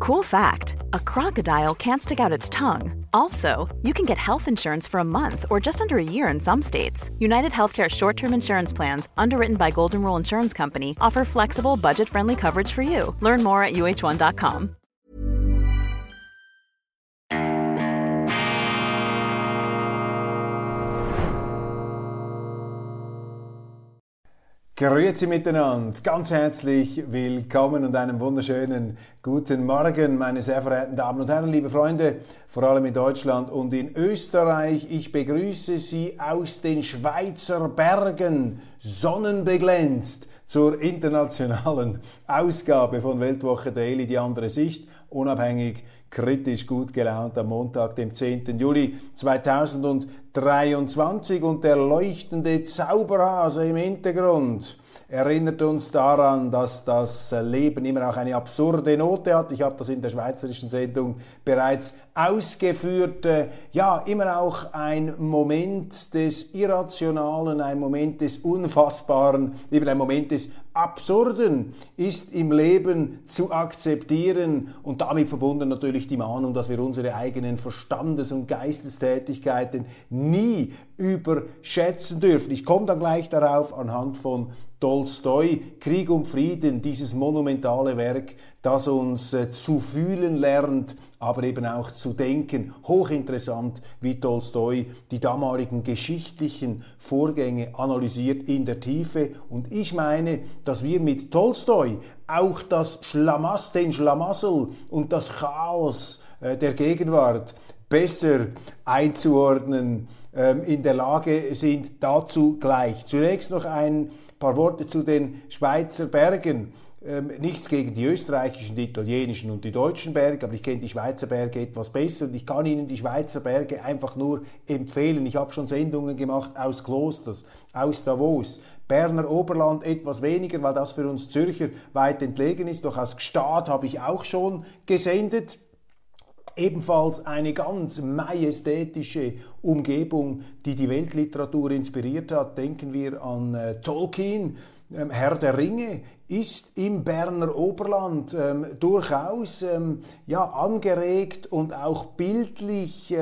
Cool fact, a crocodile can't stick out its tongue. Also, you can get health insurance for a month or just under a year in some states. United Healthcare short-term insurance plans, underwritten by Golden Rule Insurance Company, offer flexible, budget-friendly coverage for you. Learn more at uh1.com. Grüezi miteinander, ganz herzlich willkommen und einen wunderschönen guten Morgen, meine sehr verehrten Damen und Herren, liebe Freunde, vor allem in Deutschland und in Österreich. Ich begrüße Sie aus den Schweizer Bergen, sonnenbeglänzt, zur internationalen Ausgabe von Weltwoche Daily, die andere Sicht, unabhängig, kritisch, gut gelaunt am Montag, dem 10. Juli 2023 und der leuchtende Zauberhase im Hintergrund erinnert uns daran, dass das Leben immer auch eine absurde Note hat. Ich habe das in der schweizerischen Sendung bereits ausgeführt. Ja, immer auch ein Moment des Irrationalen, ein Moment des Unfassbaren, eben ein Moment des Absurden ist im Leben zu akzeptieren und damit verbunden natürlich die Mahnung, dass wir unsere eigenen Verstandes- und Geistestätigkeiten nie überschätzen dürfen. Ich komme dann gleich darauf anhand von Tolstoi, Krieg und Frieden, dieses monumentale Werk, das uns zu fühlen lernt, aber eben auch zu denken. Hochinteressant, wie Tolstoi die damaligen geschichtlichen Vorgänge analysiert in der Tiefe. Und ich meine, dass wir mit Tolstoi auch das den Schlamassel und das Chaos der Gegenwart besser einzuordnen in der Lage sind, dazu gleich. Zunächst noch ein paar Worte zu den Schweizer Bergen. Nichts gegen die österreichischen, die italienischen und die deutschen Berge, aber ich kenne die Schweizer Berge etwas besser und ich kann Ihnen die Schweizer Berge einfach nur empfehlen. Ich habe schon Sendungen gemacht aus Klosters, aus Davos, Berner Oberland etwas weniger, weil das für uns Zürcher weit entlegen ist. Doch aus Gstaad habe ich auch schon gesendet. Ebenfalls eine ganz majestätische Umgebung, die die Weltliteratur inspiriert hat. Denken wir an Tolkien. Herr der Ringe ist im Berner Oberland durchaus angeregt und auch bildlich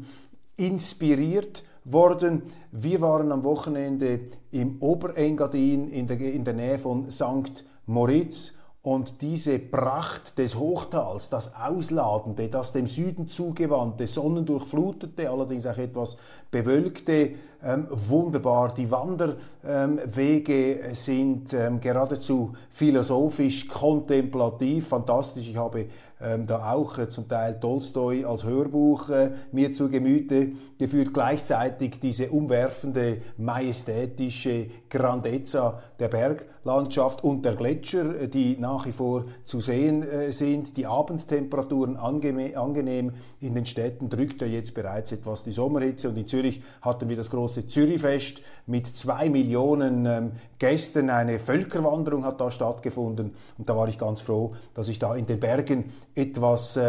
inspiriert worden. Wir waren am Wochenende im Oberengadin in der Nähe von St. Moritz. Und diese Pracht des Hochtals, das Ausladende, das dem Süden zugewandte, sonnendurchflutete, allerdings auch etwas bewölkte, wunderbar. Die Wanderwege sind geradezu philosophisch, kontemplativ, fantastisch. Ich habe da auch zum Teil Tolstoi als Hörbuch mir zu Gemüte geführt. Gleichzeitig diese umwerfende, majestätische Grandezza der Berglandschaft und der Gletscher, die nach wie vor zu sehen sind. Die Abendtemperaturen angenehm in den Städten, drückt ja jetzt bereits etwas die Sommerhitze. Und in Zürich hatten wir das große Zürichfest mit 2 Millionen Gästen. Eine Völkerwanderung hat da stattgefunden und da war ich ganz froh, dass ich da in den Bergen etwas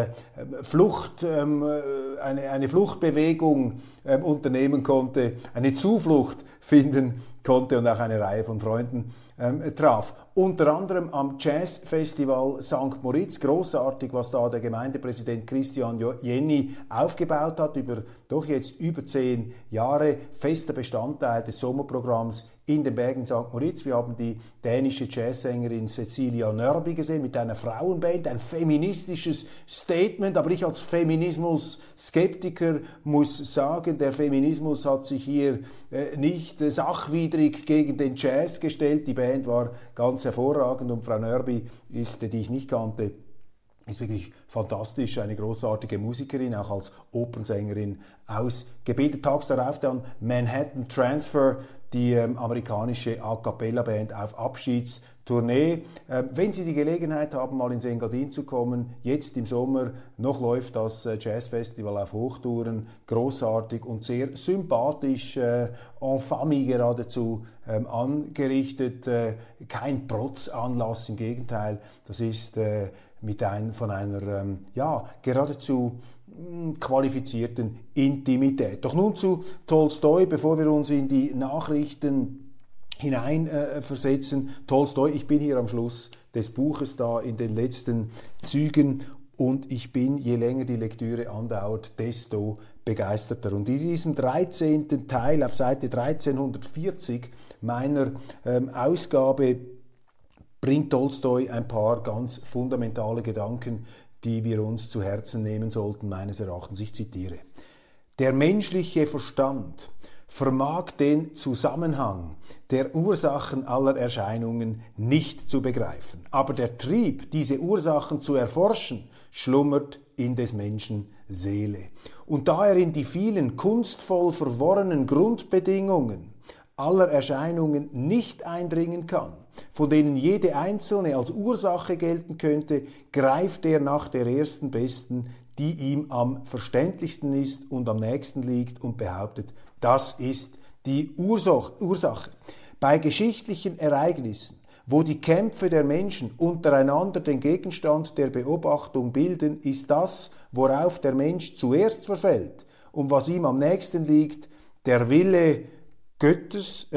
eine Fluchtbewegung unternehmen konnte, eine Zuflucht finden konnte und auch eine Reihe von Freunden traf. Unter anderem am Jazzfestival St. Moritz, großartig, was da der Gemeindepräsident Christian Jenny aufgebaut hat, doch jetzt über 10 Jahre, fester Bestandteil des Sommerprogramms in den Bergen St. Moritz. Wir haben die dänische Jazzsängerin Cecilia Nørby gesehen mit einer Frauenband, ein feministisches Statement, aber ich als Feminismus-Skeptiker muss sagen, der Feminismus hat sich hier nicht sachwidrig gegen den Jazz gestellt. Die Band war ganz hervorragend und Frau Nørby ist, die ich nicht kannte, ist wirklich fantastisch, eine großartige Musikerin, auch als Opernsängerin ausgebildet. Tags darauf dann Manhattan Transfer, die amerikanische A-Cappella-Band auf Abschiedstournee. Wenn Sie die Gelegenheit haben, mal ins Engadin zu kommen, jetzt im Sommer, noch läuft das Jazzfestival auf Hochtouren, großartig und sehr sympathisch, en famille geradezu angerichtet. Kein Protzanlass, im Gegenteil, das ist von einer geradezu qualifizierten Intimität. Doch nun zu Tolstoi, bevor wir uns in die Nachrichten hineinversetzen. Tolstoi, ich bin hier am Schluss des Buches da in den letzten Zügen und ich bin, je länger die Lektüre andauert, desto begeisterter. Und in diesem 13. Teil auf Seite 1340 meiner Ausgabe bringt Tolstoi ein paar ganz fundamentale Gedanken, die wir uns zu Herzen nehmen sollten, meines Erachtens. Ich zitiere: Der menschliche Verstand vermag den Zusammenhang der Ursachen aller Erscheinungen nicht zu begreifen. Aber der Trieb, diese Ursachen zu erforschen, schlummert in des Menschen Seele. Und da er in die vielen kunstvoll verworrenen Grundbedingungen aller Erscheinungen nicht eindringen kann, von denen jede einzelne als Ursache gelten könnte, greift er nach der ersten besten, die ihm am verständlichsten ist und am nächsten liegt, und behauptet, das ist die Ursache. Bei geschichtlichen Ereignissen, wo die Kämpfe der Menschen untereinander den Gegenstand der Beobachtung bilden, ist das, worauf der Mensch zuerst verfällt und was ihm am nächsten liegt, der Wille Gottes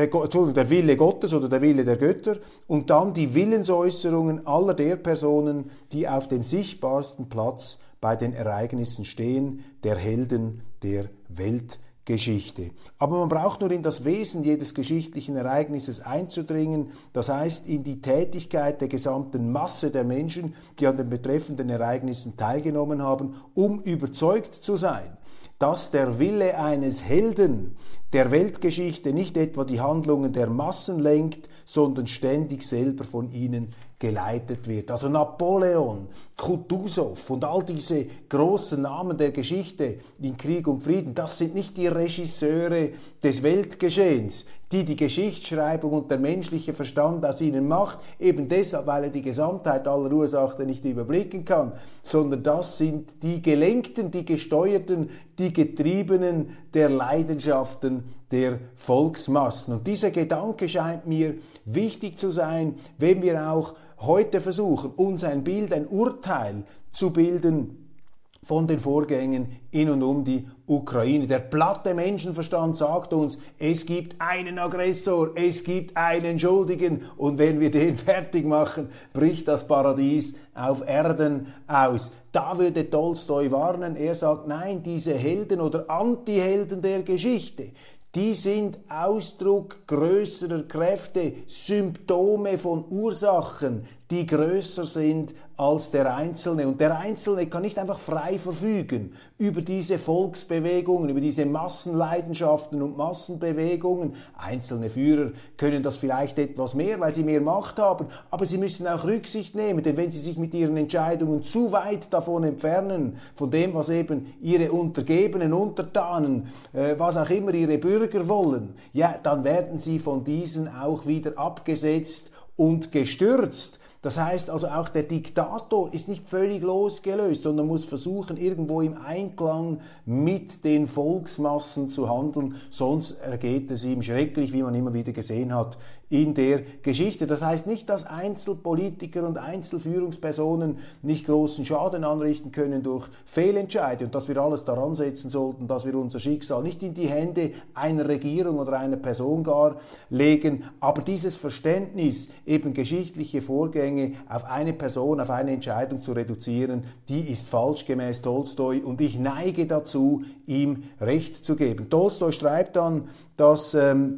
oder der Wille der Götter, und dann die Willensäußerungen aller der Personen, die auf dem sichtbarsten Platz bei den Ereignissen stehen, der Helden der Weltgeschichte. Aber man braucht nur in das Wesen jedes geschichtlichen Ereignisses einzudringen, das heißt in die Tätigkeit der gesamten Masse der Menschen, die an den betreffenden Ereignissen teilgenommen haben, um überzeugt zu sein, dass der Wille eines Helden der Weltgeschichte nicht etwa die Handlungen der Massen lenkt, sondern ständig selber von ihnen geleitet wird. Also Napoleon, Kutuzov und all diese großen Namen der Geschichte in Krieg und Frieden, das sind nicht die Regisseure des Weltgeschehens, die Geschichtsschreibung und der menschliche Verstand aus ihnen macht, eben deshalb, weil er die Gesamtheit aller Ursachen nicht überblicken kann, sondern das sind die Gelenkten, die Gesteuerten, die Getriebenen der Leidenschaften der Volksmassen. Und dieser Gedanke scheint mir wichtig zu sein, wenn wir auch heute versuchen, uns ein Bild, ein Urteil zu bilden von den Vorgängen in und um die Ukraine. Der platte Menschenverstand sagt uns, es gibt einen Aggressor, es gibt einen Schuldigen, und wenn wir den fertig machen, bricht das Paradies auf Erden aus. Da würde Tolstoi warnen. Er sagt, nein, diese Helden oder Antihelden der Geschichte, die sind Ausdruck größerer Kräfte, Symptome von Ursachen, die größer sind als der Einzelne. Und der Einzelne kann nicht einfach frei verfügen über diese Volksbewegungen, über diese Massenleidenschaften und Massenbewegungen. Einzelne Führer können das vielleicht etwas mehr, weil sie mehr Macht haben, aber sie müssen auch Rücksicht nehmen, denn wenn sie sich mit ihren Entscheidungen zu weit davon entfernen, von dem, was eben ihre Untergebenen, Untertanen, was auch immer ihre Bürger wollen, ja, dann werden sie von diesen auch wieder abgesetzt und gestürzt. Das heißt also, auch der Diktator ist nicht völlig losgelöst, sondern muss versuchen, irgendwo im Einklang mit den Volksmassen zu handeln, sonst ergeht es ihm schrecklich, wie man immer wieder gesehen hat in der Geschichte. Das heißt nicht, dass Einzelpolitiker und Einzelführungspersonen nicht großen Schaden anrichten können durch Fehlentscheide und dass wir alles daran setzen sollten, dass wir unser Schicksal nicht in die Hände einer Regierung oder einer Person gar legen, aber dieses Verständnis, eben geschichtliche Vorgänge auf eine Person, auf eine Entscheidung zu reduzieren, die ist falsch gemäß Tolstoi, und ich neige dazu, ihm Recht zu geben. Tolstoi schreibt dann, dass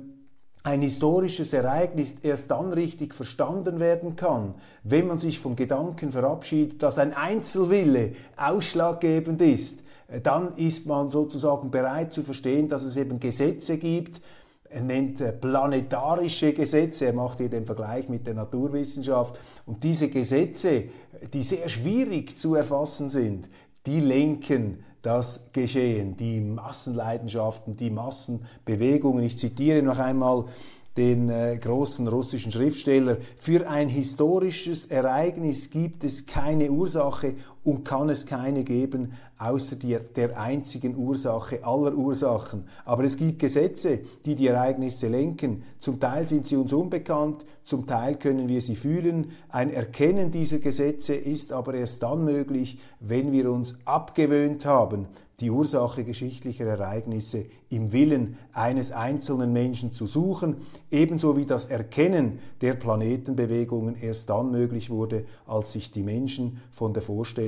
ein historisches Ereignis erst dann richtig verstanden werden kann, wenn man sich vom Gedanken verabschiedet, dass ein Einzelwille ausschlaggebend ist. Dann ist man sozusagen bereit zu verstehen, dass es eben Gesetze gibt. Er nennt planetarische Gesetze, er macht hier den Vergleich mit der Naturwissenschaft. Und diese Gesetze, die sehr schwierig zu erfassen sind, die lenken das Geschehen, die Massenleidenschaften, die Massenbewegungen. Ich zitiere noch einmal den großen russischen Schriftsteller: Für ein historisches Ereignis gibt es keine Ursache und kann es keine geben, außer der einzigen Ursache aller Ursachen. Aber es gibt Gesetze, die die Ereignisse lenken. Zum Teil sind sie uns unbekannt, zum Teil können wir sie fühlen. Ein Erkennen dieser Gesetze ist aber erst dann möglich, wenn wir uns abgewöhnt haben, die Ursache geschichtlicher Ereignisse im Willen eines einzelnen Menschen zu suchen, ebenso wie das Erkennen der Planetenbewegungen erst dann möglich wurde, als sich die Menschen von der Vorstellung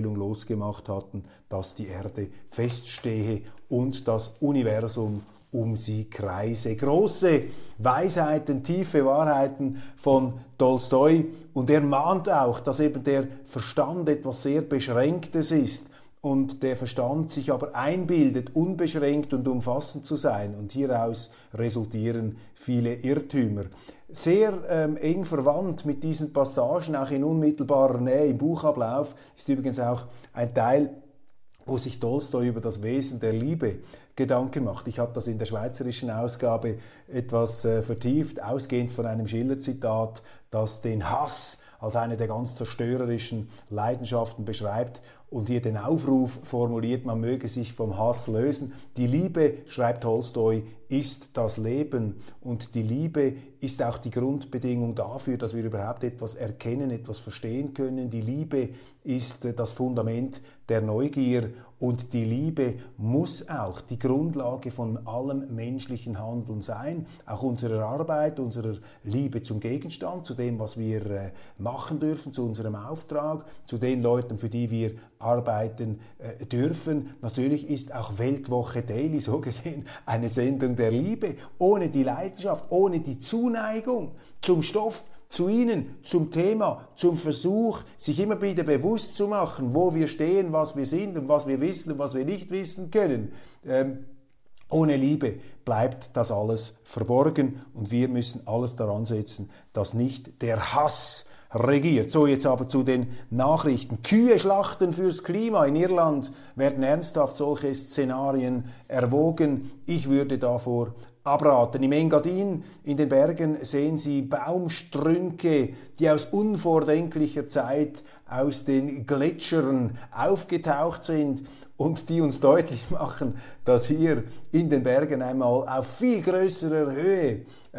Vorstellung losgemacht hatten, dass die Erde feststehe und das Universum um sie kreise. Große Weisheiten, tiefe Wahrheiten von Tolstoi. Und er mahnt auch, dass eben der Verstand etwas sehr Beschränktes ist und der Verstand sich aber einbildet, unbeschränkt und umfassend zu sein. Und hieraus resultieren viele Irrtümer. Sehr eng verwandt mit diesen Passagen, auch in unmittelbarer Nähe im Buchablauf, ist übrigens auch ein Teil, wo sich Tolstoi über das Wesen der Liebe Gedanken macht. Ich habe das in der schweizerischen Ausgabe etwas vertieft, ausgehend von einem Schiller-Zitat, das den Hass als eine der ganz zerstörerischen Leidenschaften beschreibt und hier den Aufruf formuliert, man möge sich vom Hass lösen. Die Liebe, schreibt Tolstoi, ist das Leben und die Liebe ist auch die Grundbedingung dafür, dass wir überhaupt etwas erkennen, etwas verstehen können. Die Liebe ist das Fundament der Neugier und die Liebe muss auch die Grundlage von allem menschlichen Handeln sein, auch unserer Arbeit, unserer Liebe zum Gegenstand, zu dem, was wir machen dürfen, zu unserem Auftrag, zu den Leuten, für die wir arbeiten dürfen. Natürlich ist auch Weltwoche Daily so gesehen eine Sendung der Liebe. Ohne die Leidenschaft, ohne die Zuneigung zum Stoff, zu Ihnen, zum Thema, zum Versuch, sich immer wieder bewusst zu machen, wo wir stehen, was wir sind und was wir wissen und was wir nicht wissen können. Ohne Liebe bleibt das alles verborgen und wir müssen alles daran setzen, dass nicht der Hass regiert. So, jetzt aber zu den Nachrichten. Kühe schlachten fürs Klima. In Irland werden ernsthaft solche Szenarien erwogen. Ich würde davor abraten. Im Engadin in den Bergen sehen Sie Baumstrünke, die aus unvordenklicher Zeit aus den Gletschern aufgetaucht sind und die uns deutlich machen, dass hier in den Bergen einmal auf viel größerer Höhe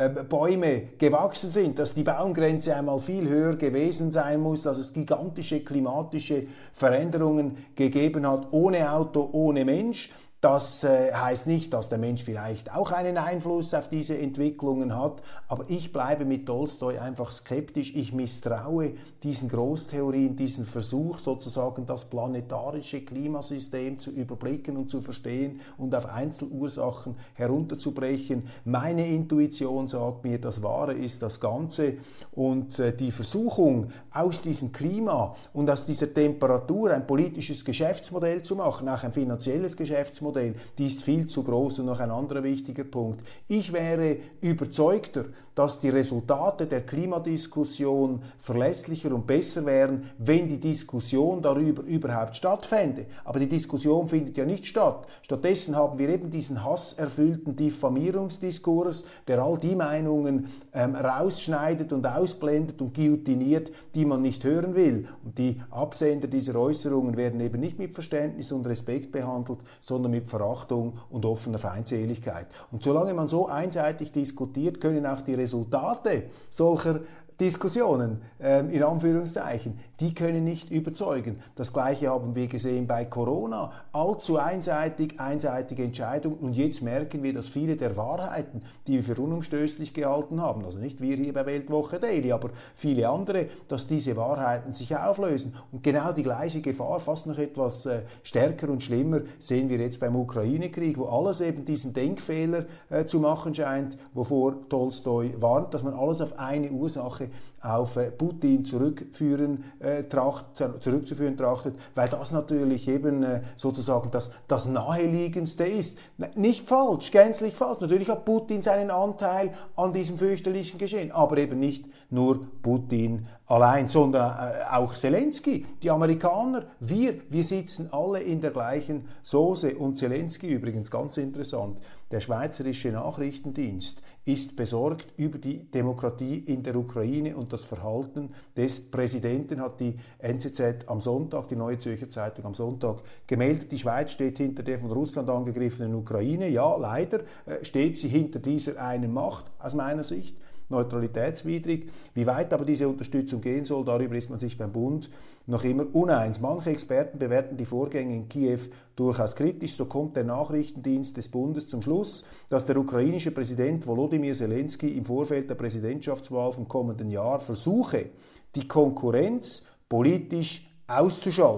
Bäume gewachsen sind, dass die Baumgrenze einmal viel höher gewesen sein muss, dass es gigantische klimatische Veränderungen gegeben hat, ohne Auto, ohne Mensch. Das heißt nicht, dass der Mensch vielleicht auch einen Einfluss auf diese Entwicklungen hat, aber ich bleibe mit Tolstoi einfach skeptisch. Ich misstraue diesen Großtheorien, diesen Versuch sozusagen das planetarische Klimasystem zu überblicken und zu verstehen und auf Einzelursachen herunterzubrechen. Meine Intuition sagt mir, das Wahre ist das Ganze und die Versuchung aus diesem Klima und aus dieser Temperatur ein politisches Geschäftsmodell zu machen, auch ein finanzielles Geschäftsmodell, die ist viel zu groß. Und noch ein anderer wichtiger Punkt. Ich wäre überzeugter, dass die Resultate der Klimadiskussion verlässlicher und besser wären, wenn die Diskussion darüber überhaupt stattfände. Aber die Diskussion findet ja nicht statt. Stattdessen haben wir eben diesen hasserfüllten Diffamierungsdiskurs, der all die Meinungen rausschneidet und ausblendet und guillotiniert, die man nicht hören will. Und die Absender dieser Äußerungen werden eben nicht mit Verständnis und Respekt behandelt, sondern mit Verachtung und offener Feindseligkeit. Und solange man so einseitig diskutiert, können auch die Resultate solcher Diskussionen, in Anführungszeichen, die können nicht überzeugen. Das Gleiche haben wir gesehen bei Corona. Allzu einseitige Entscheidungen. Und jetzt merken wir, dass viele der Wahrheiten, die wir für unumstößlich gehalten haben, also nicht wir hier bei Weltwoche Daily, aber viele andere, dass diese Wahrheiten sich auflösen. Und genau die gleiche Gefahr, fast noch etwas stärker und schlimmer, sehen wir jetzt beim Ukraine-Krieg, wo alles eben diesen Denkfehler zu machen scheint, wovor Tolstoi warnt, dass man alles auf eine Ursache, auf Putin zurückzuführen trachtet, weil das natürlich eben sozusagen das Naheliegendste ist. Nicht falsch, gänzlich falsch. Natürlich hat Putin seinen Anteil an diesem fürchterlichen Geschehen, aber eben nicht nur Putin allein, sondern auch Zelensky, die Amerikaner, wir sitzen alle in der gleichen Soße. Und Zelensky übrigens, ganz interessant, der schweizerische Nachrichtendienst ist besorgt über die Demokratie in der Ukraine und das Verhalten des Präsidenten, hat die NZZ am Sonntag, die Neue Zürcher Zeitung am Sonntag gemeldet. Die Schweiz steht hinter der von Russland angegriffenen Ukraine. Ja, leider steht sie hinter dieser einen Macht, aus meiner Sicht. Neutralitätswidrig. Wie weit aber diese Unterstützung gehen soll, darüber ist man sich beim Bund noch immer uneins. Manche Experten bewerten die Vorgänge in Kiew durchaus kritisch. So kommt der Nachrichtendienst des Bundes zum Schluss, dass der ukrainische Präsident Volodymyr Zelensky im Vorfeld der Präsidentschaftswahl vom kommenden Jahr versuche, die Konkurrenz politisch auszuschalten.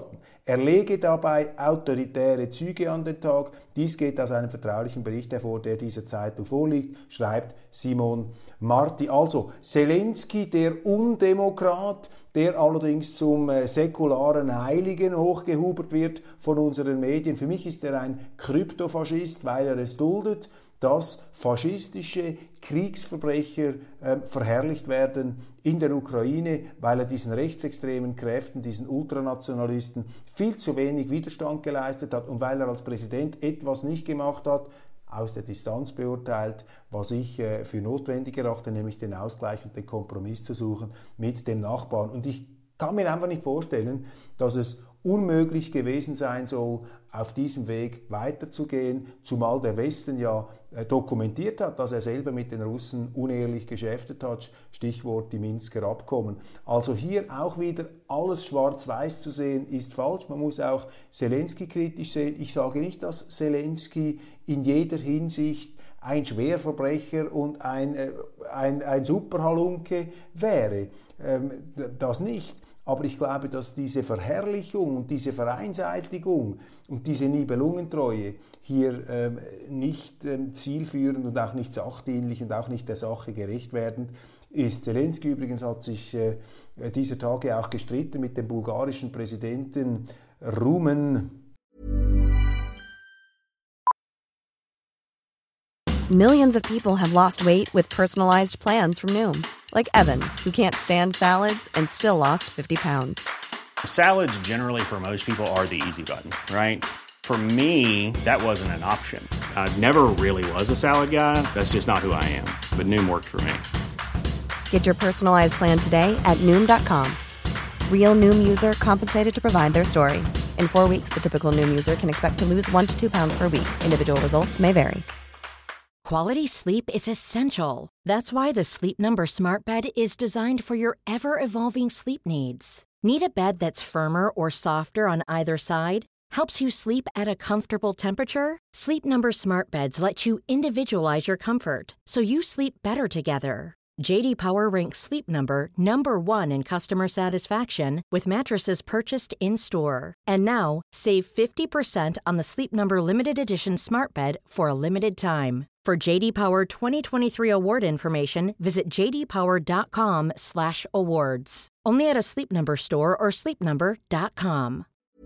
Er lege dabei autoritäre Züge an den Tag. Dies geht aus einem vertraulichen Bericht hervor, der dieser Zeitung vorliegt, schreibt Simon Marti. Also Zelensky, der Undemokrat, der allerdings zum säkularen Heiligen hochgehubert wird von unseren Medien. Für mich ist er ein Kryptofaschist, weil er es duldet, dass faschistische Kriegsverbrecher verherrlicht werden in der Ukraine, weil er diesen rechtsextremen Kräften, diesen Ultranationalisten viel zu wenig Widerstand geleistet hat und weil er als Präsident etwas nicht gemacht hat, aus der Distanz beurteilt, was ich für notwendig erachte, nämlich den Ausgleich und den Kompromiss zu suchen mit dem Nachbarn. Und ich kann mir einfach nicht vorstellen, dass es unmöglich gewesen sein soll, auf diesem Weg weiterzugehen, zumal der Westen ja dokumentiert hat, dass er selber mit den Russen unehrlich geschäftet hat, Stichwort die Minsker Abkommen. Also hier auch wieder alles schwarz-weiß zu sehen, ist falsch. Man muss auch Zelensky kritisch sehen. Ich sage nicht, dass Zelensky in jeder Hinsicht ein Schwerverbrecher und ein Superhalunke wäre. Das nicht. Aber ich glaube, dass diese Verherrlichung und diese Vereinseitigung und diese Nibelungentreue hier nicht zielführend und auch nicht sachdienlich und auch nicht der Sache gerecht werden ist. Zelensky übrigens hat sich dieser Tage auch gestritten mit dem bulgarischen Präsidenten Rumen. Millions of people have lost weight with personalized plans from Noom. Like Evan, who can't stand salads and still lost 50 pounds. Salads generally for most people are the easy button, right? For me, that wasn't an option. I never really was a salad guy. That's just not who I am. But Noom worked for me. Get your personalized plan today at Noom.com. Real Noom user compensated to provide their story. In 4 weeks, the typical Noom user can expect to lose 1 to 2 pounds per week. Individual results may vary. Quality sleep is essential. That's why the Sleep Number Smart Bed is designed for your ever-evolving sleep needs. Need a bed that's firmer or softer on either side? Helps you sleep at a comfortable temperature? Sleep Number Smart Beds let you individualize your comfort, so you sleep better together. J.D. Power ranks Sleep Number number 1 in customer satisfaction with mattresses purchased in-store. And now, save 50% on the Sleep Number Limited Edition Smart Bed for a limited time. For J.D. Power 2023 award information, visit jdpower.com/awards. Only at a Sleep Number store or sleepnumber.com.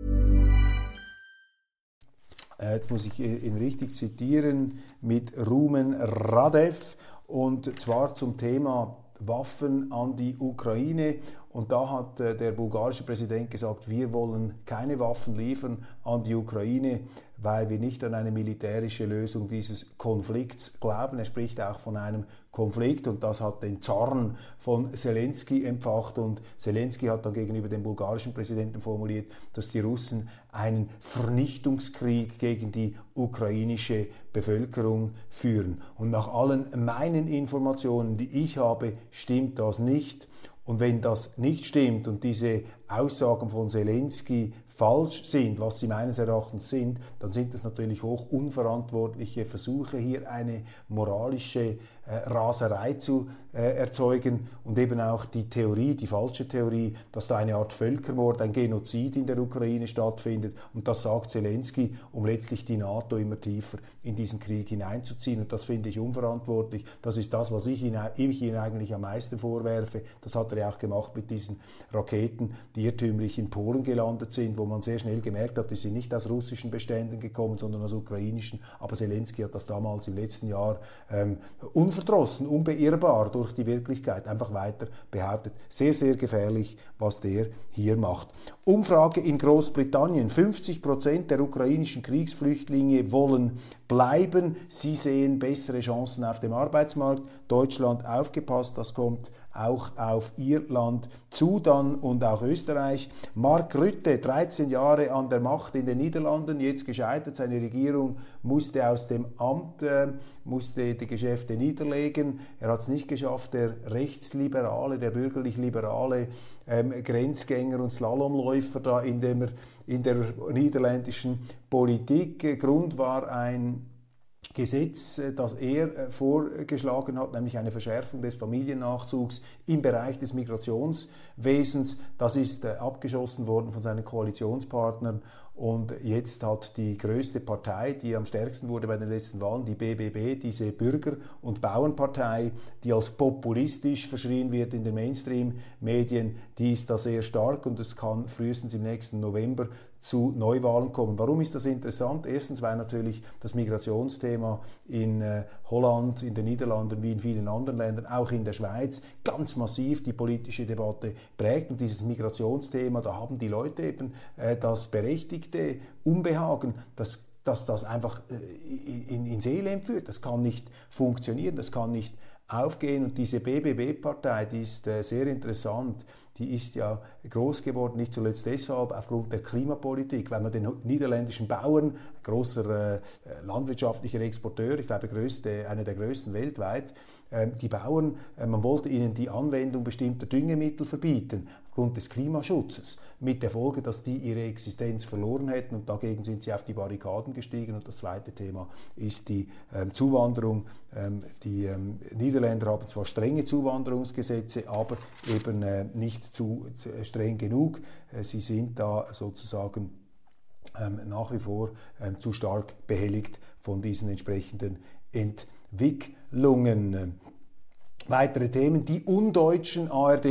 Jetzt muss ich ihn richtig zitieren mit Rumen Radev, und zwar zum Thema Waffen an die Ukraine. Und da hat der bulgarische Präsident gesagt, wir wollen keine Waffen liefern an die Ukraine, weil wir nicht an eine militärische Lösung dieses Konflikts glauben. Er spricht auch von einem Konflikt und das hat den Zorn von Zelensky entfacht. Und Zelensky hat dann gegenüber dem bulgarischen Präsidenten formuliert, dass die Russen einen Vernichtungskrieg gegen die ukrainische Bevölkerung führen. Und nach allen meinen Informationen, die ich habe, stimmt das nicht. Und wenn das nicht stimmt und diese Aussagen von Zelensky falsch sind, was sie meines Erachtens sind, dann sind das natürlich hoch unverantwortliche Versuche, hier eine moralische Raserei zu erzeugen und eben auch die Theorie, die falsche Theorie, dass da eine Art Völkermord, ein Genozid in der Ukraine stattfindet, und das sagt Zelensky, um letztlich die NATO immer tiefer in diesen Krieg hineinzuziehen, und das finde ich unverantwortlich. Das ist das, was ich ihn eigentlich am meisten vorwerfe. Das hat er ja auch gemacht mit diesen Raketen, die irrtümlich in Polen gelandet sind, wo man sehr schnell gemerkt hat, die sind nicht aus russischen Beständen gekommen, sondern aus ukrainischen. Aber Zelensky hat das damals im letzten Jahr unverdrossen, unbeirrbar durch die Wirklichkeit einfach weiter behauptet. Sehr, sehr gefährlich, was der hier macht. Umfrage in Großbritannien. 50% der ukrainischen Kriegsflüchtlinge wollen bleiben. Sie sehen bessere Chancen auf dem Arbeitsmarkt. Deutschland, aufgepasst, das kommt auch auf ihr Land zu dann, und auch Österreich. Mark Rutte, 13 Jahre an der Macht in den Niederlanden, jetzt gescheitert. Seine Regierung musste aus dem Amt, musste die Geschäfte niederlegen. Er hat es nicht geschafft, der rechtsliberale, der bürgerlich-liberale Grenzgänger und Slalomläufer da in der niederländischen Politik. Grund war ein Gesetz, das er vorgeschlagen hat, nämlich eine Verschärfung des Familiennachzugs im Bereich des Migrationswesens, das ist abgeschossen worden von seinen Koalitionspartnern. Und jetzt hat die größte Partei, die am stärksten wurde bei den letzten Wahlen, die BBB, diese Bürger- und Bauernpartei, die als populistisch verschrien wird in den Mainstream-Medien, die ist da sehr stark und es kann frühestens im nächsten November zu Neuwahlen kommen. Warum ist das interessant? Erstens, weil natürlich das Migrationsthema in Holland, in den Niederlanden wie in vielen anderen Ländern, auch in der Schweiz, ganz massiv die politische Debatte prägt. Und dieses Migrationsthema, da haben die Leute eben das berechtigte Unbehagen, dass das einfach ins Elend führt. Das kann nicht funktionieren, das kann nicht aufgehen. Und diese BBB-Partei, die ist sehr interessant. Die ist ja groß geworden, nicht zuletzt deshalb aufgrund der Klimapolitik, weil man den niederländischen Bauern, großer landwirtschaftlicher Exporteur, ich glaube einer der größten weltweit, die Bauern, man wollte ihnen die Anwendung bestimmter Düngemittel verbieten, aufgrund des Klimaschutzes, mit der Folge, dass die ihre Existenz verloren hätten und dagegen sind sie auf die Barrikaden gestiegen. Und das zweite Thema ist die Zuwanderung. Die Niederländer haben zwar strenge Zuwanderungsgesetze, aber eben nicht zu streng genug. Sie sind da sozusagen nach wie vor zu stark behelligt von diesen entsprechenden Entwicklungen. Weitere Themen, die undeutschen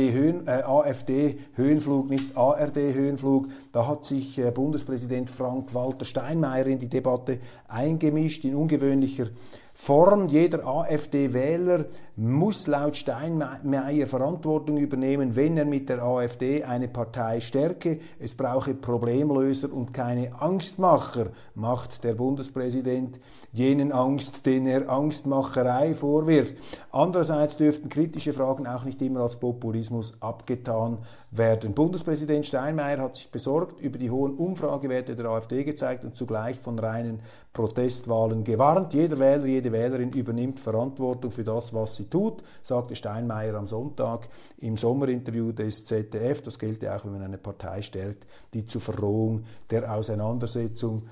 AfD-Höhenflug, nicht ARD-Höhenflug. Da hat sich Bundespräsident Frank-Walter Steinmeier in die Debatte eingemischt, in ungewöhnlicher Form. Jeder AfD-Wähler muss laut Steinmeier Verantwortung übernehmen, wenn er mit der AfD eine Partei stärke. Es brauche Problemlöser und keine Angstmacher, macht der Bundespräsident jenen Angst, den er Angstmacherei vorwirft. Andererseits dürften kritische Fragen auch nicht immer als Populismus abgetan werden. Bundespräsident Steinmeier hat sich besorgt über die hohen Umfragewerte der AfD gezeigt und zugleich von reinen Protestwahlen gewarnt. Jeder Wähler, jede Wählerin übernimmt Verantwortung für das, was sie tut, sagte Steinmeier am Sonntag im Sommerinterview des ZDF. Das gelte auch, wenn man eine Partei stärkt, die zur Verrohung der Auseinandersetzung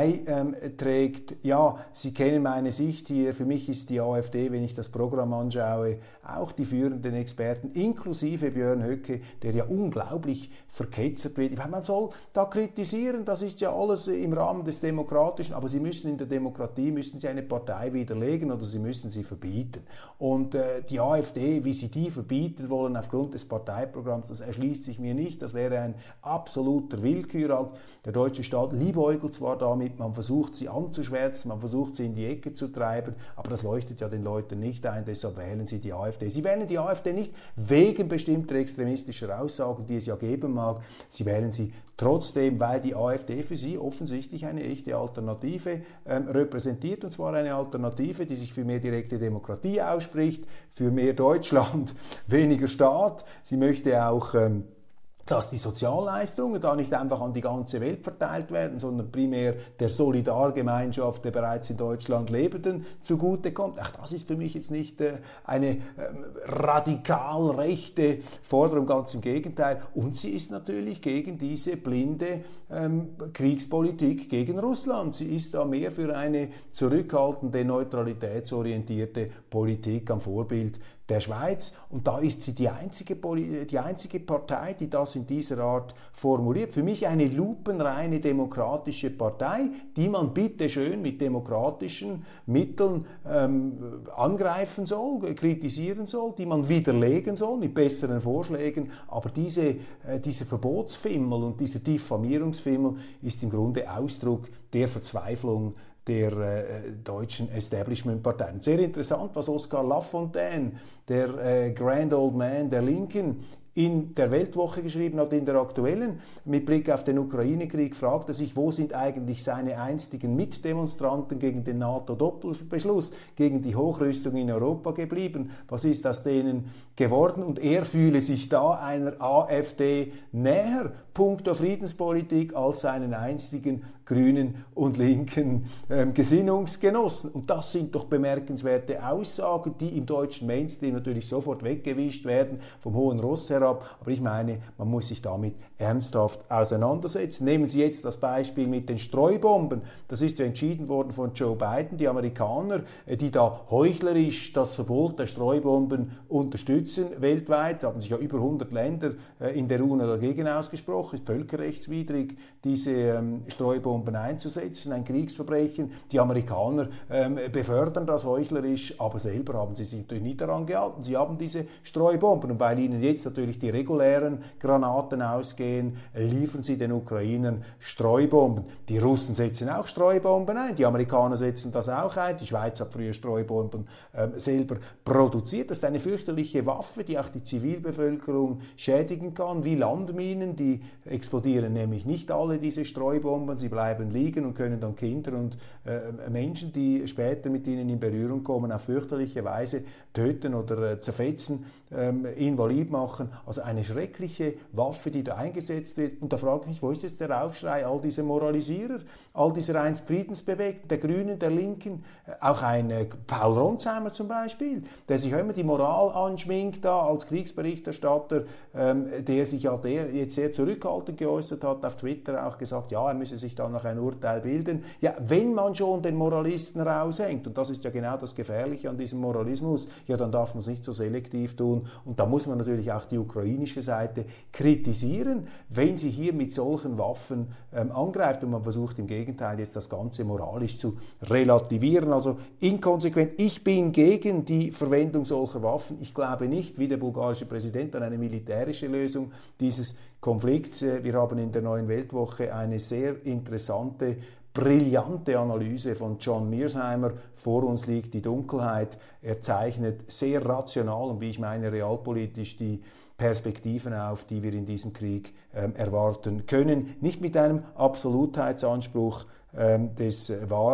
beiträgt. Ja, Sie kennen meine Sicht hier. Für mich ist die AfD, wenn ich das Programm anschaue, auch die führenden Experten, inklusive Björn Höcke, der ja unglaublich verketzert wird. Man soll da kritisieren, das ist ja alles im Rahmen des Demokratischen, aber Sie müssen in der Demokratie, müssen Sie eine Partei widerlegen oder Sie müssen sie verbieten. Und die AfD, wie Sie die verbieten wollen aufgrund des Parteiprogramms, das erschließt sich mir nicht. Das wäre ein absoluter Willkürakt. Der deutsche Staat liebäugelt zwar damit, man versucht sie anzuschwärzen, man versucht sie in die Ecke zu treiben, aber das leuchtet ja den Leuten nicht ein, deshalb wählen sie die AfD. Sie wählen die AfD nicht wegen bestimmter extremistischer Aussagen, die es ja geben mag, sie wählen sie trotzdem, weil die AfD für sie offensichtlich eine echte Alternative repräsentiert, und zwar eine Alternative, die sich für mehr direkte Demokratie ausspricht, für mehr Deutschland, weniger Staat. Sie möchte auch dass die Sozialleistungen da nicht einfach an die ganze Welt verteilt werden, sondern primär der Solidargemeinschaft der bereits in Deutschland Lebenden zugutekommt. Ach, das ist für mich jetzt nicht eine radikal rechte Forderung, ganz im Gegenteil. Und sie ist natürlich gegen diese blinde Kriegspolitik gegen Russland. Sie ist da mehr für eine zurückhaltende, neutralitätsorientierte Politik am Vorbild der Schweiz, und da ist sie die einzige Partei, die das in dieser Art formuliert. Für mich eine lupenreine demokratische Partei, die man bitte schön mit demokratischen Mitteln angreifen soll, kritisieren soll, die man widerlegen soll mit besseren Vorschlägen. Aber dieser Verbotsfimmel und dieser Diffamierungsfimmel ist im Grunde Ausdruck der Verzweiflung der deutschen Establishment-Parteien. Sehr interessant, was Oskar Lafontaine, der Grand Old Man der Linken, in der Weltwoche geschrieben hat, in der aktuellen, mit Blick auf den Ukraine-Krieg, fragt er sich, wo sind eigentlich seine einstigen Mitdemonstranten gegen den NATO-Doppelbeschluss, gegen die Hochrüstung in Europa geblieben? Was ist aus denen geworden? Und er fühle sich da einer AfD näher. puncto Friedenspolitik als seinen einstigen grünen und linken Gesinnungsgenossen. Und das sind doch bemerkenswerte Aussagen, die im deutschen Mainstream natürlich sofort weggewischt werden, vom hohen Ross herab. Aber ich meine, man muss sich damit ernsthaft auseinandersetzen. Nehmen Sie jetzt das Beispiel mit den Streubomben. Das ist ja entschieden worden von Joe Biden. Die Amerikaner, die da heuchlerisch das Verbot der Streubomben unterstützen weltweit, haben sich ja über 100 Länder in der UNO dagegen ausgesprochen. Es ist völkerrechtswidrig, diese Streubomben einzusetzen, ein Kriegsverbrechen. Die Amerikaner befördern das heuchlerisch, aber selber haben sie sich natürlich nicht daran gehalten. Sie haben diese Streubomben und weil ihnen jetzt natürlich die regulären Granaten ausgehen, liefern sie den Ukrainern Streubomben. Die Russen setzen auch Streubomben ein, die Amerikaner setzen das auch ein, die Schweiz hat früher Streubomben selber produziert. Das ist eine fürchterliche Waffe, die auch die Zivilbevölkerung schädigen kann, wie Landminen, die explodieren nämlich nicht alle, diese Streubomben, sie bleiben liegen und können dann Kinder und Menschen, die später mit ihnen in Berührung kommen, auf fürchterliche Weise töten oder zerfetzen, invalid machen. Also eine schreckliche Waffe, die da eingesetzt wird. Und da frage ich mich, wo ist jetzt der Aufschrei all dieser Moralisierer, all dieser einst Friedensbewegten, der Grünen, der Linken, auch ein Paul Ronsheimer zum Beispiel, der sich immer die Moral anschminkt da als Kriegsberichterstatter, der sich ja jetzt sehr zurückhaltend geäußert hat, auf Twitter auch gesagt, ja, er müsse sich da noch ein Urteil bilden. Ja, wenn man schon den Moralisten raushängt, und das ist ja genau das Gefährliche an diesem Moralismus, ja, dann darf man es nicht so selektiv tun. Und da muss man natürlich auch die ukrainische Seite kritisieren, wenn sie hier mit solchen Waffen angreift und man versucht im Gegenteil jetzt das Ganze moralisch zu relativieren. Also inkonsequent. Ich bin gegen die Verwendung solcher Waffen. Ich glaube nicht, wie der bulgarische Präsident, an eine militärische Lösung dieses Konflikts. Wir haben in der Neuen Weltwoche eine sehr interessante, brillante Analyse von John Mearsheimer. Vor uns liegt die Dunkelheit. Er zeichnet sehr rational und wie ich meine realpolitisch die Perspektiven auf, die wir in diesem Krieg erwarten können. Nicht mit einem Absolutheitsanspruch des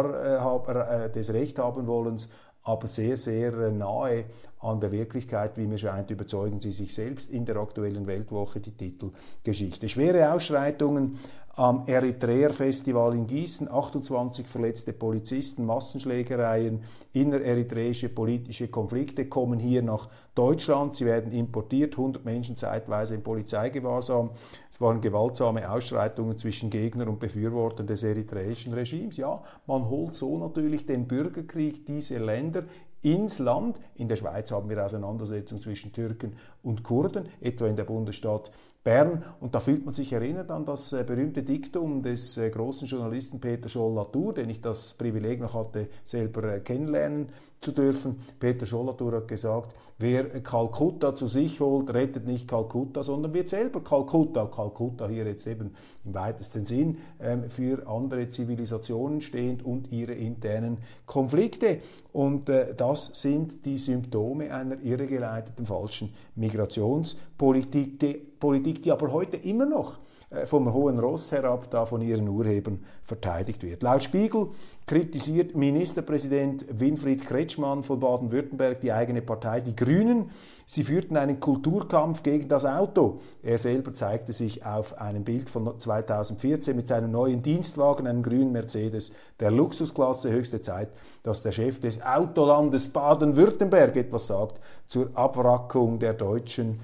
Rechthabenwollens, aber sehr, sehr nahe an der Wirklichkeit, wie mir scheint, überzeugen Sie sich selbst in der aktuellen Weltwoche, die Titelgeschichte. Schwere Ausschreitungen am Eritreer-Festival in Gießen, 28 verletzte Polizisten, Massenschlägereien, innereritreische politische Konflikte kommen hier nach Deutschland. Sie werden importiert, 100 Menschen zeitweise in Polizeigewahrsam. Es waren gewaltsame Ausschreitungen zwischen Gegnern und Befürwortern des eritreischen Regimes. Ja, man holt so natürlich den Bürgerkrieg dieser Länder ins Land. In der Schweiz haben wir Auseinandersetzungen zwischen Türken und Kurden, etwa in der Bundesstadt Bern. Und da fühlt man sich erinnert an das berühmte Diktum des großen Journalisten Peter Scholl-Latour, den ich das Privileg noch hatte, selber kennenlernen zu dürfen. Peter Scholl-Latour hat gesagt, wer Kalkutta zu sich holt, rettet nicht Kalkutta, sondern wird selber Kalkutta. Kalkutta hier jetzt eben im weitesten Sinn für andere Zivilisationen stehend und ihre internen Konflikte. Und das sind die Symptome einer irregeleiteten falschen Migrationspolitik, die aber heute immer noch vom hohen Ross herab da von ihren Urhebern verteidigt wird. Laut Spiegel kritisiert Ministerpräsident Winfried Kretschmann von Baden-Württemberg die eigene Partei, die Grünen. Sie führten einen Kulturkampf gegen das Auto. Er selber zeigte sich auf einem Bild von 2014 mit seinem neuen Dienstwagen, einem grünen Mercedes der Luxusklasse. Höchste Zeit, dass der Chef des Autolandes Baden-Württemberg etwas sagt zur Abwrackung der deutschen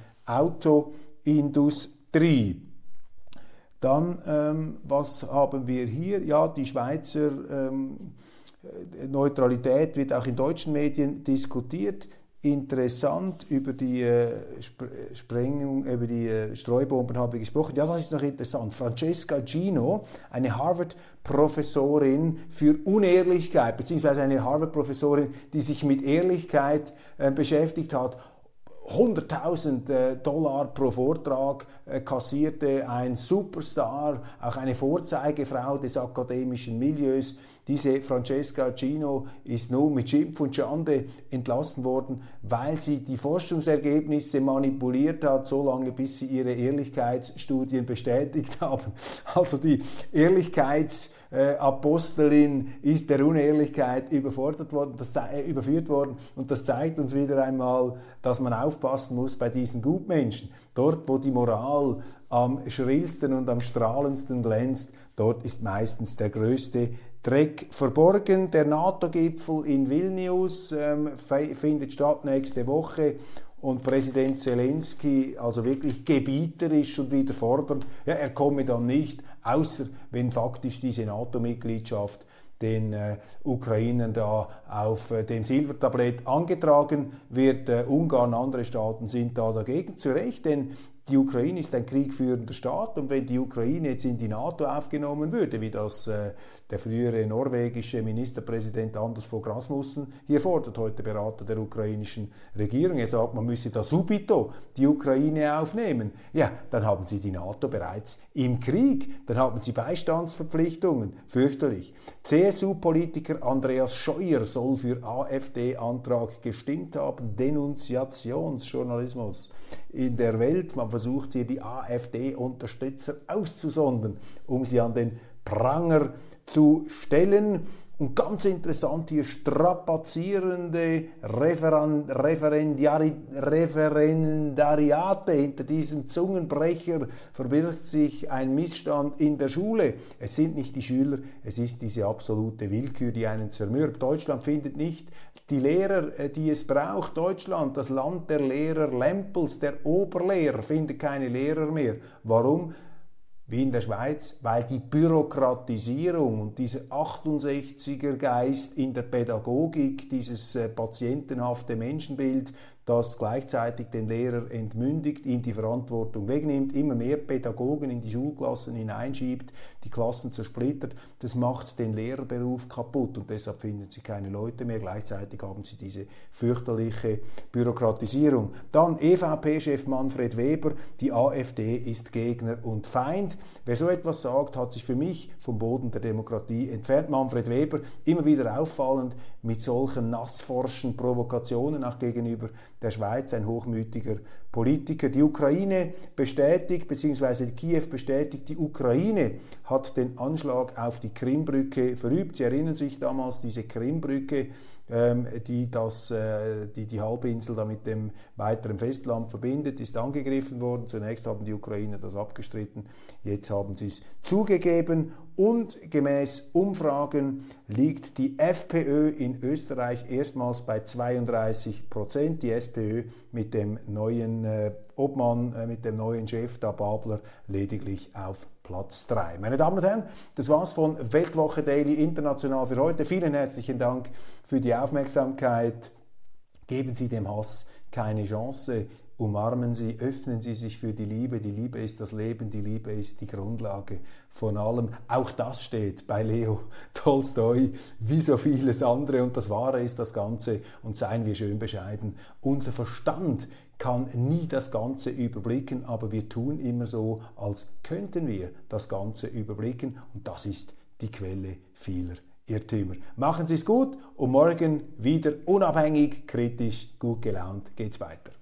Autoindustrie. Dann, was haben wir hier? Ja, die Schweizer Neutralität wird auch in deutschen Medien diskutiert. Interessant, über die Sprengung, über die Streubomben haben wir gesprochen. Ja, das ist noch interessant. Francesca Gino, eine Harvard-Professorin für Unehrlichkeit, beziehungsweise eine Harvard-Professorin, die sich mit Ehrlichkeit beschäftigt hat, $100.000 pro Vortrag kassierte, ein Superstar, auch eine Vorzeigefrau des akademischen Milieus. Diese Francesca Gino ist nun mit Schimpf und Schande entlassen worden, weil sie die Forschungsergebnisse manipuliert hat, so lange bis sie ihre Ehrlichkeitsstudien bestätigt haben. Also die Ehrlichkeitsprüfung Apostelin ist der Unehrlichkeit überführt worden. Und das zeigt uns wieder einmal, dass man aufpassen muss bei diesen Gutmenschen. Dort, wo die Moral am schrillsten und am strahlendsten glänzt, dort ist meistens der größte Dreck verborgen. Der NATO-Gipfel in Vilnius findet statt nächste Woche. Und Präsident Zelensky, also wirklich gebieterisch und wieder fordernd, ja, er komme dann nicht, außer wenn faktisch diese NATO-Mitgliedschaft den Ukrainern da auf dem Silbertablett angetragen wird. Ungarn, andere Staaten sind da dagegen, zu Recht, denn die Ukraine ist ein kriegführender Staat und wenn die Ukraine jetzt in die NATO aufgenommen würde, wie das der frühere norwegische Ministerpräsident Anders Fogh Rasmussen hier fordert, heute Berater der ukrainischen Regierung, er sagt, man müsse da subito die Ukraine aufnehmen, ja, dann haben sie die NATO bereits im Krieg, dann haben sie Beistandsverpflichtungen, fürchterlich. CSU-Politiker Andreas Scheuer soll für AfD-Antrag gestimmt haben, Denunziationsjournalismus in der Welt, man versucht hier die AfD-Unterstützer auszusondern, um sie an den Pranger zu stellen. Und ganz interessant hier, strapazierende Referendariate. Hinter diesem Zungenbrecher verbirgt sich ein Missstand in der Schule. Es sind nicht die Schüler, es ist diese absolute Willkür, die einen zermürbt. Deutschland findet nicht die Lehrer, die es braucht. Deutschland, das Land der Lehrer Lempels, der Oberlehrer, findet keine Lehrer mehr. Warum? Wie in der Schweiz, weil die Bürokratisierung und dieser 68er-Geist in der Pädagogik, dieses patientenhafte Menschenbild, das gleichzeitig den Lehrer entmündigt, ihm die Verantwortung wegnimmt, immer mehr Pädagogen in die Schulklassen hineinschiebt, die Klassen zersplittert, das macht den Lehrerberuf kaputt und deshalb finden sie keine Leute mehr. Gleichzeitig haben sie diese fürchterliche Bürokratisierung. Dann EVP-Chef Manfred Weber, die AfD ist Gegner und Feind. Wer so etwas sagt, hat sich für mich vom Boden der Demokratie entfernt. Manfred Weber, immer wieder auffallend mit solchen nassforschen Provokationen auch gegenüber der Schweiz, ein hochmütiger Politiker. Die Ukraine bestätigt, beziehungsweise Kiew bestätigt, die Ukraine hat den Anschlag auf die Krimbrücke verübt. Sie erinnern sich damals, diese Krimbrücke, die die Halbinsel da mit dem weiteren Festland verbindet, ist angegriffen worden. Zunächst haben die Ukrainer das abgestritten, jetzt haben sie es zugegeben und gemäß Umfragen liegt die FPÖ in Österreich erstmals bei 32%, die SPÖ mit dem neuen Obmann, mit dem neuen Chef, da Babler, lediglich auf Platz 3. Meine Damen und Herren, das war's von Weltwoche Daily International für heute. Vielen herzlichen Dank für die Aufmerksamkeit. Geben Sie dem Hass keine Chance. Umarmen Sie, öffnen Sie sich für die Liebe. Die Liebe ist das Leben, die Liebe ist die Grundlage von allem. Auch das steht bei Leo Tolstoi, wie so vieles andere. Und das Wahre ist das Ganze. Und seien wir schön bescheiden. Unser Verstand kann nie das Ganze überblicken, aber wir tun immer so, als könnten wir das Ganze überblicken. Und das ist die Quelle vieler Irrtümer. Machen Sie es gut und morgen wieder unabhängig, kritisch, gut gelaunt geht's weiter.